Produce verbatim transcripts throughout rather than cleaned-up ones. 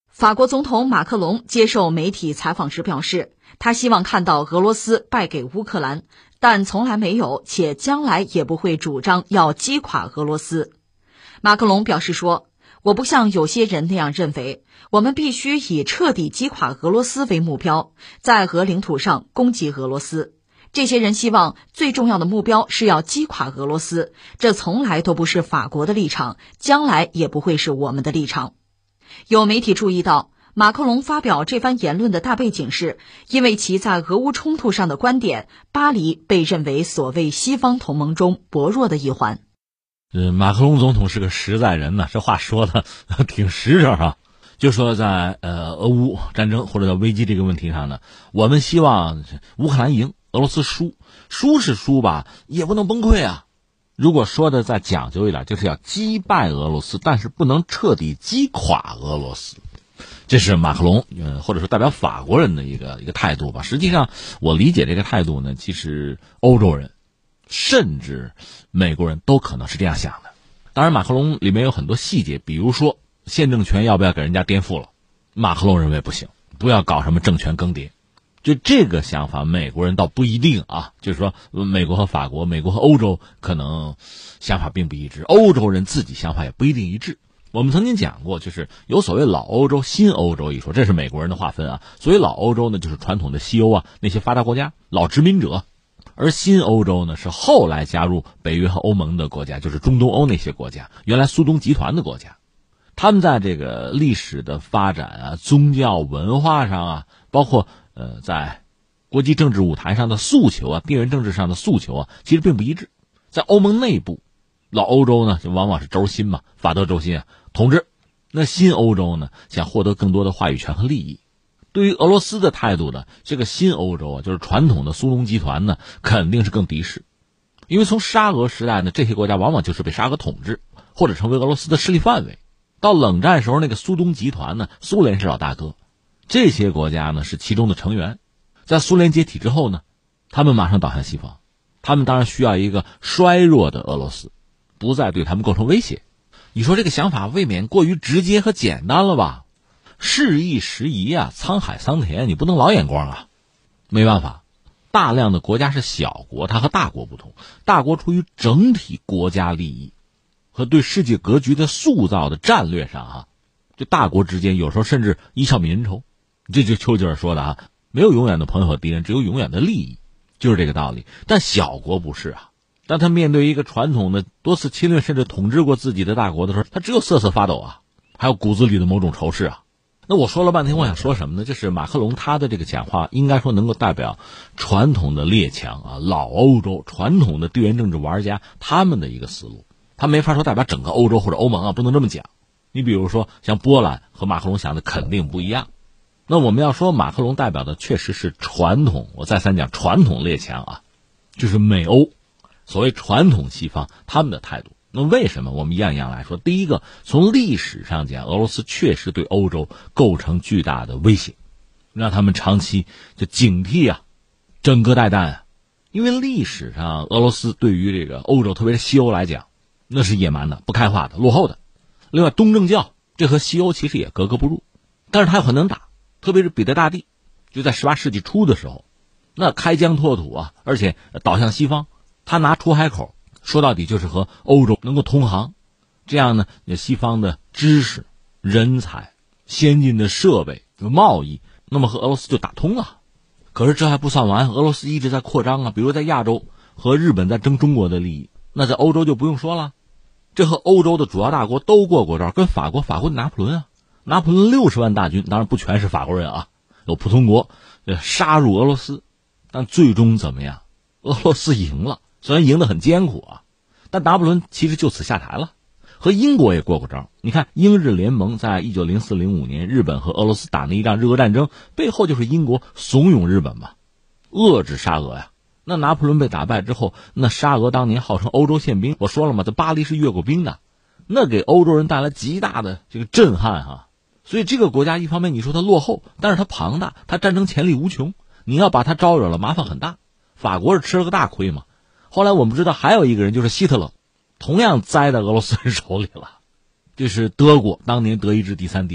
法国总统马克龙接受媒体采访时表示，他希望看到俄罗斯败给乌克兰，但从来没有且将来也不会主张要击垮俄罗斯。马克龙表示说，我不像有些人那样认为，我们必须以彻底击垮俄罗斯为目标，在俄领土上攻击俄罗斯。这些人希望最重要的目标是要击垮俄罗斯，这从来都不是法国的立场，将来也不会是我们的立场。有媒体注意到，马克龙发表这番言论的大背景是，因为其在俄乌冲突上的观点，巴黎被认为所谓西方同盟中薄弱的一环。 呃，马克龙总统是个实在人呢，这话说的挺实诚啊。就说在呃俄乌战争或者叫危机这个问题上呢，我们希望乌克兰赢，俄罗斯输，输是输吧，也不能崩溃啊。如果说的再讲究一点，就是要击败俄罗斯，但是不能彻底击垮俄罗斯。这是马克龙，呃，或者说代表法国人的一个一个态度吧。实际上，我理解这个态度呢，其实欧洲人，甚至美国人都可能是这样想的。当然，马克龙里面有很多细节，比如说现政权要不要给人家颠覆了，马克龙认为不行，不要搞什么政权更迭。就这个想法，美国人倒不一定啊。就是说，美国和法国、美国和欧洲可能想法并不一致，欧洲人自己想法也不一定一致。我们曾经讲过，就是有所谓老欧洲、新欧洲一说，这是美国人的划分啊。所谓老欧洲呢，就是传统的西欧啊，那些发达国家、老殖民者；而新欧洲呢，是后来加入北约和欧盟的国家，就是中东欧那些国家，原来苏东集团的国家。他们在这个历史的发展啊、宗教文化上啊，包括呃，在国际政治舞台上的诉求啊，地缘政治上的诉求啊，其实并不一致。在欧盟内部，老欧洲呢，就往往是轴心嘛，法德轴心啊，统治。那新欧洲呢，想获得更多的话语权和利益。对于俄罗斯的态度呢，这个新欧洲啊，就是传统的苏东集团呢，肯定是更敌视。因为从沙俄时代呢，这些国家往往就是被沙俄统治，或者成为俄罗斯的势力范围。到冷战时候，那个苏东集团呢，苏联是老大哥。这些国家呢是其中的成员，在苏联解体之后呢，他们马上倒向西方，他们当然需要一个衰弱的俄罗斯，不再对他们构成威胁。你说这个想法未免过于直接和简单了吧？事易时移啊，沧海桑田，你不能老眼光啊。没办法，大量的国家是小国，它和大国不同，大国出于整体国家利益和对世界格局的塑造的战略上啊，就大国之间有时候甚至一笑泯恩仇。这就丘吉尔说的啊，没有永远的朋友和敌人，只有永远的利益，就是这个道理。但小国不是啊，当他面对一个传统的多次侵略甚至统治过自己的大国的时候，他只有瑟瑟发抖啊，还有骨子里的某种仇视啊。那我说了半天，我想说什么呢？就是马克龙他的这个讲话，应该说能够代表传统的列强啊，老欧洲传统的地缘政治玩家他们的一个思路，他没法说代表整个欧洲或者欧盟啊，不能这么讲。你比如说像波兰和马克龙想的肯定不一样。那我们要说马克龙代表的确实是传统，我再三讲传统列强啊，就是美欧，所谓传统西方他们的态度。那为什么？我们一样一样来说。第一个，从历史上讲，俄罗斯确实对欧洲构成巨大的威胁，让他们长期就警惕啊，整个带弹啊。因为历史上俄罗斯对于这个欧洲，特别是西欧来讲，那是野蛮的、不开化的、落后的。另外，东正教这和西欧其实也格格不入，但是他又很能打。特别是彼得大帝，就在十八世纪初的时候，那开疆拓土啊，而且倒向西方，他拿出海口，说到底就是和欧洲能够同行。这样呢，西方的知识、人才、先进的设备、贸易，那么和俄罗斯就打通了。可是这还不算完，俄罗斯一直在扩张啊，比如在亚洲和日本在争中国的利益，那在欧洲就不用说了。这和欧洲的主要大国都过过招，跟法国，法国拿破仑啊。拿破仑六十万大军，当然不全是法国人啊，有普通国，杀入俄罗斯，但最终怎么样？俄罗斯赢了，虽然赢得很艰苦啊，但拿破仑其实就此下台了。和英国也过过招，你看英日联盟在一九零四零五年，日本和俄罗斯打那一仗日俄战争，背后就是英国怂恿日本嘛，遏制沙俄呀。那拿破仑被打败之后，那沙俄当年号称欧洲宪兵，我说了嘛，在巴黎是阅过兵的，那给欧洲人带来极大的这个震撼哈、啊。所以这个国家一方面你说它落后，但是它庞大，它战争潜力无穷，你要把它招惹了麻烦很大。法国是吃了个大亏嘛。后来我们知道还有一个人就是希特勒，同样栽在俄罗斯人手里了，就是德国当年德意志第三帝国，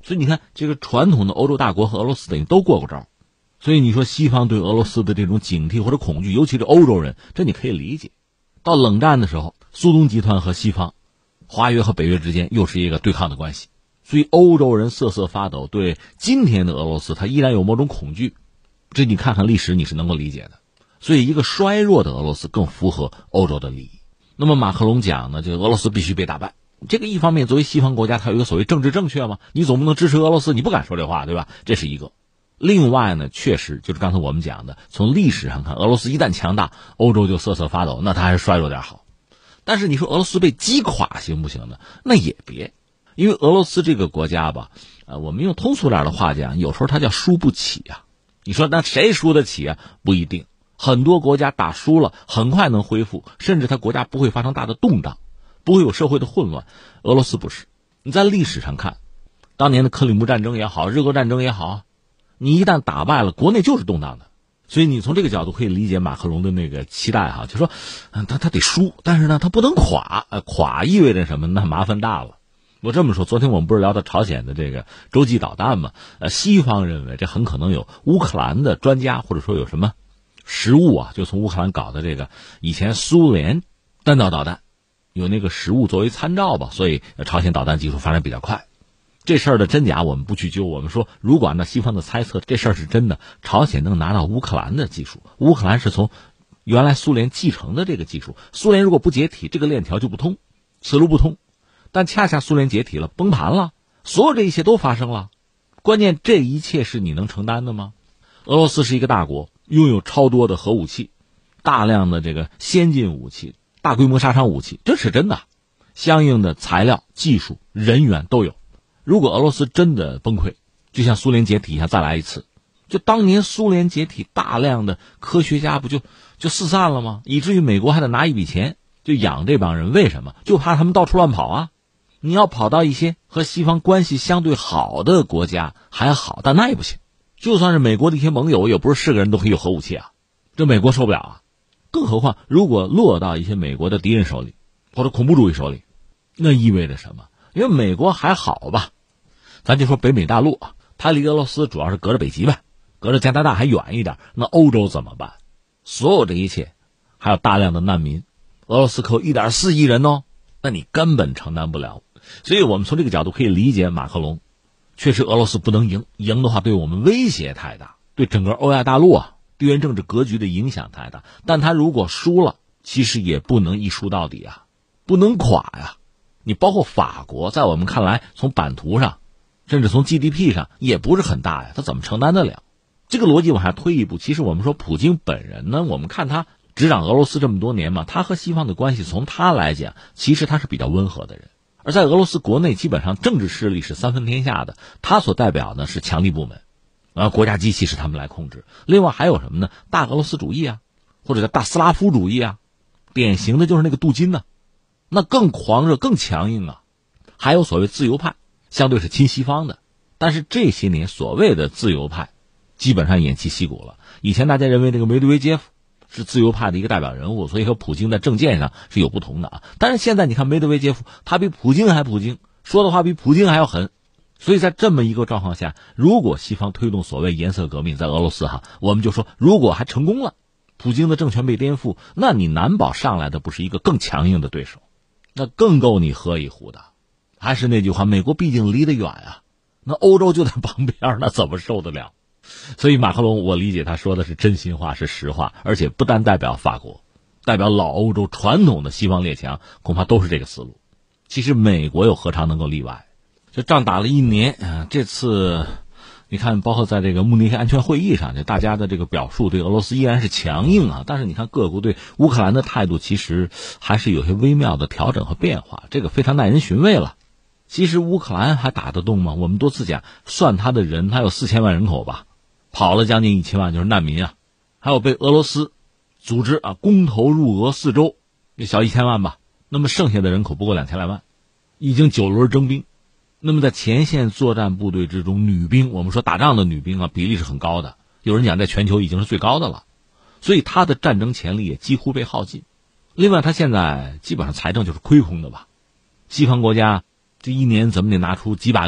所以你看，这个传统的欧洲大国和俄罗斯等于都过过招。所以你说西方对俄罗斯的这种警惕或者恐惧，尤其是欧洲人，这你可以理解。到冷战的时候，苏东集团和西方，华约和北约之间又是一个对抗的关系，所以欧洲人瑟瑟发抖，对今天的俄罗斯他依然有某种恐惧。这你看看历史你是能够理解的。所以一个衰弱的俄罗斯更符合欧洲的利益。那么马克龙讲呢，就俄罗斯必须被打败。这个一方面作为西方国家，它有一个所谓政治正确嘛，你总不能支持俄罗斯，你不敢说这话，对吧？这是一个。另外呢，确实就是刚才我们讲的，从历史上看，俄罗斯一旦强大，欧洲就瑟瑟发抖，那它还是衰弱点好。但是你说俄罗斯被击垮行不行呢？那也别，因为俄罗斯这个国家吧，呃，我们用通俗点的话讲，有时候它叫输不起啊。你说那谁输得起啊？不一定。很多国家打输了，很快能恢复，甚至它国家不会发生大的动荡，不会有社会的混乱。俄罗斯不是。你在历史上看，当年的克里姆战争也好，日俄战争也好，你一旦打败了，国内就是动荡的。所以你从这个角度可以理解马克龙的那个期待哈，就说，嗯，他他得输，但是呢，他不能垮，呃，垮意味着什么？那麻烦大了。我这么说，昨天我们不是聊到朝鲜的这个洲际导弹吗？呃，西方认为这很可能有乌克兰的专家或者说有什么实物啊，就从乌克兰搞的这个以前苏联弹道导弹有那个实物作为参照吧，所以朝鲜导弹技术发展比较快。这事儿的真假我们不去究，我们说如果按照西方的猜测，这事儿是真的，朝鲜能拿到乌克兰的技术，乌克兰是从原来苏联继承的这个技术，苏联如果不解体，这个链条就不通，此路不通。但恰恰苏联解体了，崩盘了，所有这一切都发生了。关键这一切是你能承担的吗？俄罗斯是一个大国，拥有超多的核武器，大量的这个先进武器，大规模杀伤武器，这是真的。相应的材料、技术、人员都有。如果俄罗斯真的崩溃，就像苏联解体一样再来一次，就当年苏联解体，大量的科学家不就就四散了吗？以至于美国还得拿一笔钱就养这帮人，为什么？就怕他们到处乱跑啊。你要跑到一些和西方关系相对好的国家还好，但那也不行。就算是美国的一些盟友，也不是是个人都可以有核武器啊，这美国受不了啊。更何况如果落到一些美国的敌人手里，或者恐怖主义手里，那意味着什么？因为美国还好吧，咱就说北美大陆啊，它离俄罗斯主要是隔着北极呗，隔着加拿大还远一点。那欧洲怎么办？所有这一切，还有大量的难民，俄罗斯可有 一点四亿人哦，那你根本承担不了。所以我们从这个角度可以理解马克龙，确实俄罗斯不能赢，赢的话对我们威胁太大，对整个欧亚大陆啊地缘政治格局的影响太大。但他如果输了，其实也不能一输到底啊，不能垮呀。你包括法国，在我们看来，从版图上，甚至从 G D P 上，也不是很大呀，他怎么承担得了？这个逻辑往下推一步，其实我们说普京本人呢，我们看他执掌俄罗斯这么多年嘛，他和西方的关系，从他来讲，其实他是比较温和的人。而在俄罗斯国内，基本上政治势力是三分天下的，他所代表呢是强力部门，然后国家机器是他们来控制。另外还有什么呢？大俄罗斯主义啊，或者叫大斯拉夫主义啊，典型的就是那个杜金呢，那更狂热、更强硬啊。还有所谓自由派，相对是亲西方的，但是这些年所谓的自由派，基本上偃旗息鼓了。以前大家认为这个梅德韦杰夫是自由派的一个代表人物，所以和普京在政见上是有不同的啊。但是现在你看梅德韦杰夫，他比普京还普京，说的话比普京还要狠。所以在这么一个状况下，如果西方推动所谓颜色革命在俄罗斯哈，我们就说如果还成功了，普京的政权被颠覆，那你难保上来的不是一个更强硬的对手，那更够你喝一壶的。还是那句话，美国毕竟离得远啊，那欧洲就在旁边，那怎么受得了？所以马克龙，我理解他说的是真心话，是实话，而且不单代表法国，代表老欧洲传统的西方列强，恐怕都是这个思路。其实美国又何尝能够例外？这仗打了一年啊，这次你看，包括在这个慕尼黑安全会议上，这大家的这个表述对俄罗斯依然是强硬啊，但是你看各国对乌克兰的态度其实还是有些微妙的调整和变化，这个非常耐人寻味了。其实乌克兰还打得动吗？我们多次讲，算他的人，他有四千万人口吧，跑了将近一千万就是难民啊，还有被俄罗斯组织啊公投入俄四周，也小一千万吧。那么剩下的人口不过两千来万，已经九轮征兵。那么在前线作战部队之中，女兵，我们说打仗的女兵啊，比例是很高的，有人讲在全球已经是最高的了，所以他的战争潜力也几乎被耗尽。另外他现在基本上财政就是亏空的吧，西方国家这一年怎么得拿出几百个亿，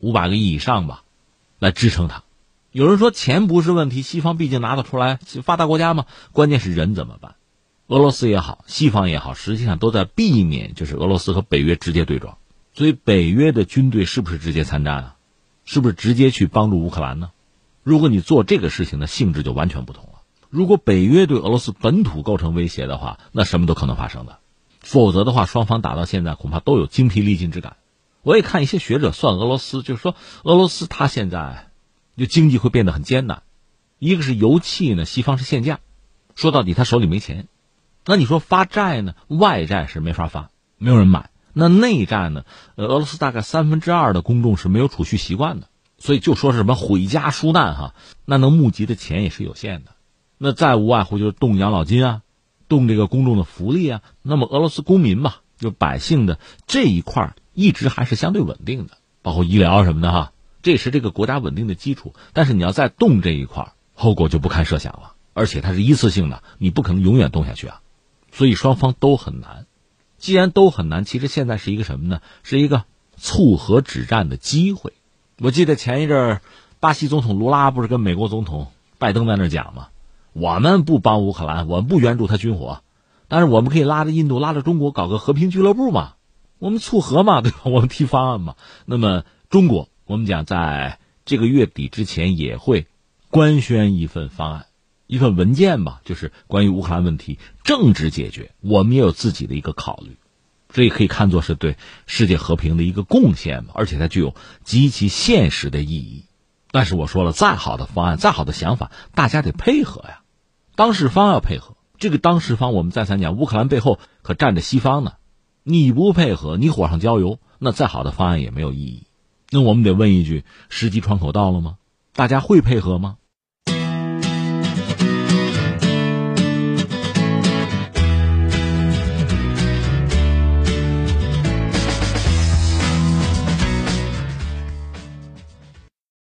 五百个亿以上吧，来支撑它。有人说钱不是问题，西方毕竟拿得出来，发达国家嘛，关键是人怎么办？俄罗斯也好，西方也好，实际上都在避免就是俄罗斯和北约直接对撞。所以北约的军队是不是直接参战啊？是不是直接去帮助乌克兰呢？如果你做这个事情的性质就完全不同了。如果北约对俄罗斯本土构成威胁的话，那什么都可能发生的。否则的话，双方打到现在恐怕都有精疲力尽之感。我也看一些学者算俄罗斯，就是说俄罗斯它现在就经济会变得很艰难。一个是油气呢，西方是限价，说到底他手里没钱。那你说发债呢，外债是没法发，没有人买。那内债呢，呃，俄罗斯大概三分之二的公众是没有储蓄习惯的，所以就说是什么毁家纾难哈，那能募集的钱也是有限的。那再无外乎就是动养老金啊，动这个公众的福利啊。那么俄罗斯公民嘛，就百姓的这一块一直还是相对稳定的，包括医疗什么的哈，这是这个国家稳定的基础。但是你要再动这一块，后果就不堪设想了，而且它是一次性的，你不可能永远动下去啊。所以双方都很难。既然都很难，其实现在是一个什么呢？是一个促和止战的机会。我记得前一阵儿巴西总统卢拉不是跟美国总统拜登在那儿讲吗？我们不帮乌克兰，我们不援助他军火，但是我们可以拉着印度拉着中国搞个和平俱乐部嘛，我们促和嘛，对吧？我们提方案嘛。那么中国我们讲在这个月底之前也会官宣一份方案，一份文件吧，就是关于乌克兰问题政治解决，我们也有自己的一个考虑，这也可以看作是对世界和平的一个贡献嘛，而且它具有极其现实的意义。但是我说了，再好的方案，再好的想法，大家得配合呀，当事方要配合。这个当事方我们再三讲，乌克兰背后可站着西方呢，你不配合，你火上浇油，那再好的方案也没有意义。那我们得问一句，时机窗口到了吗？大家会配合吗？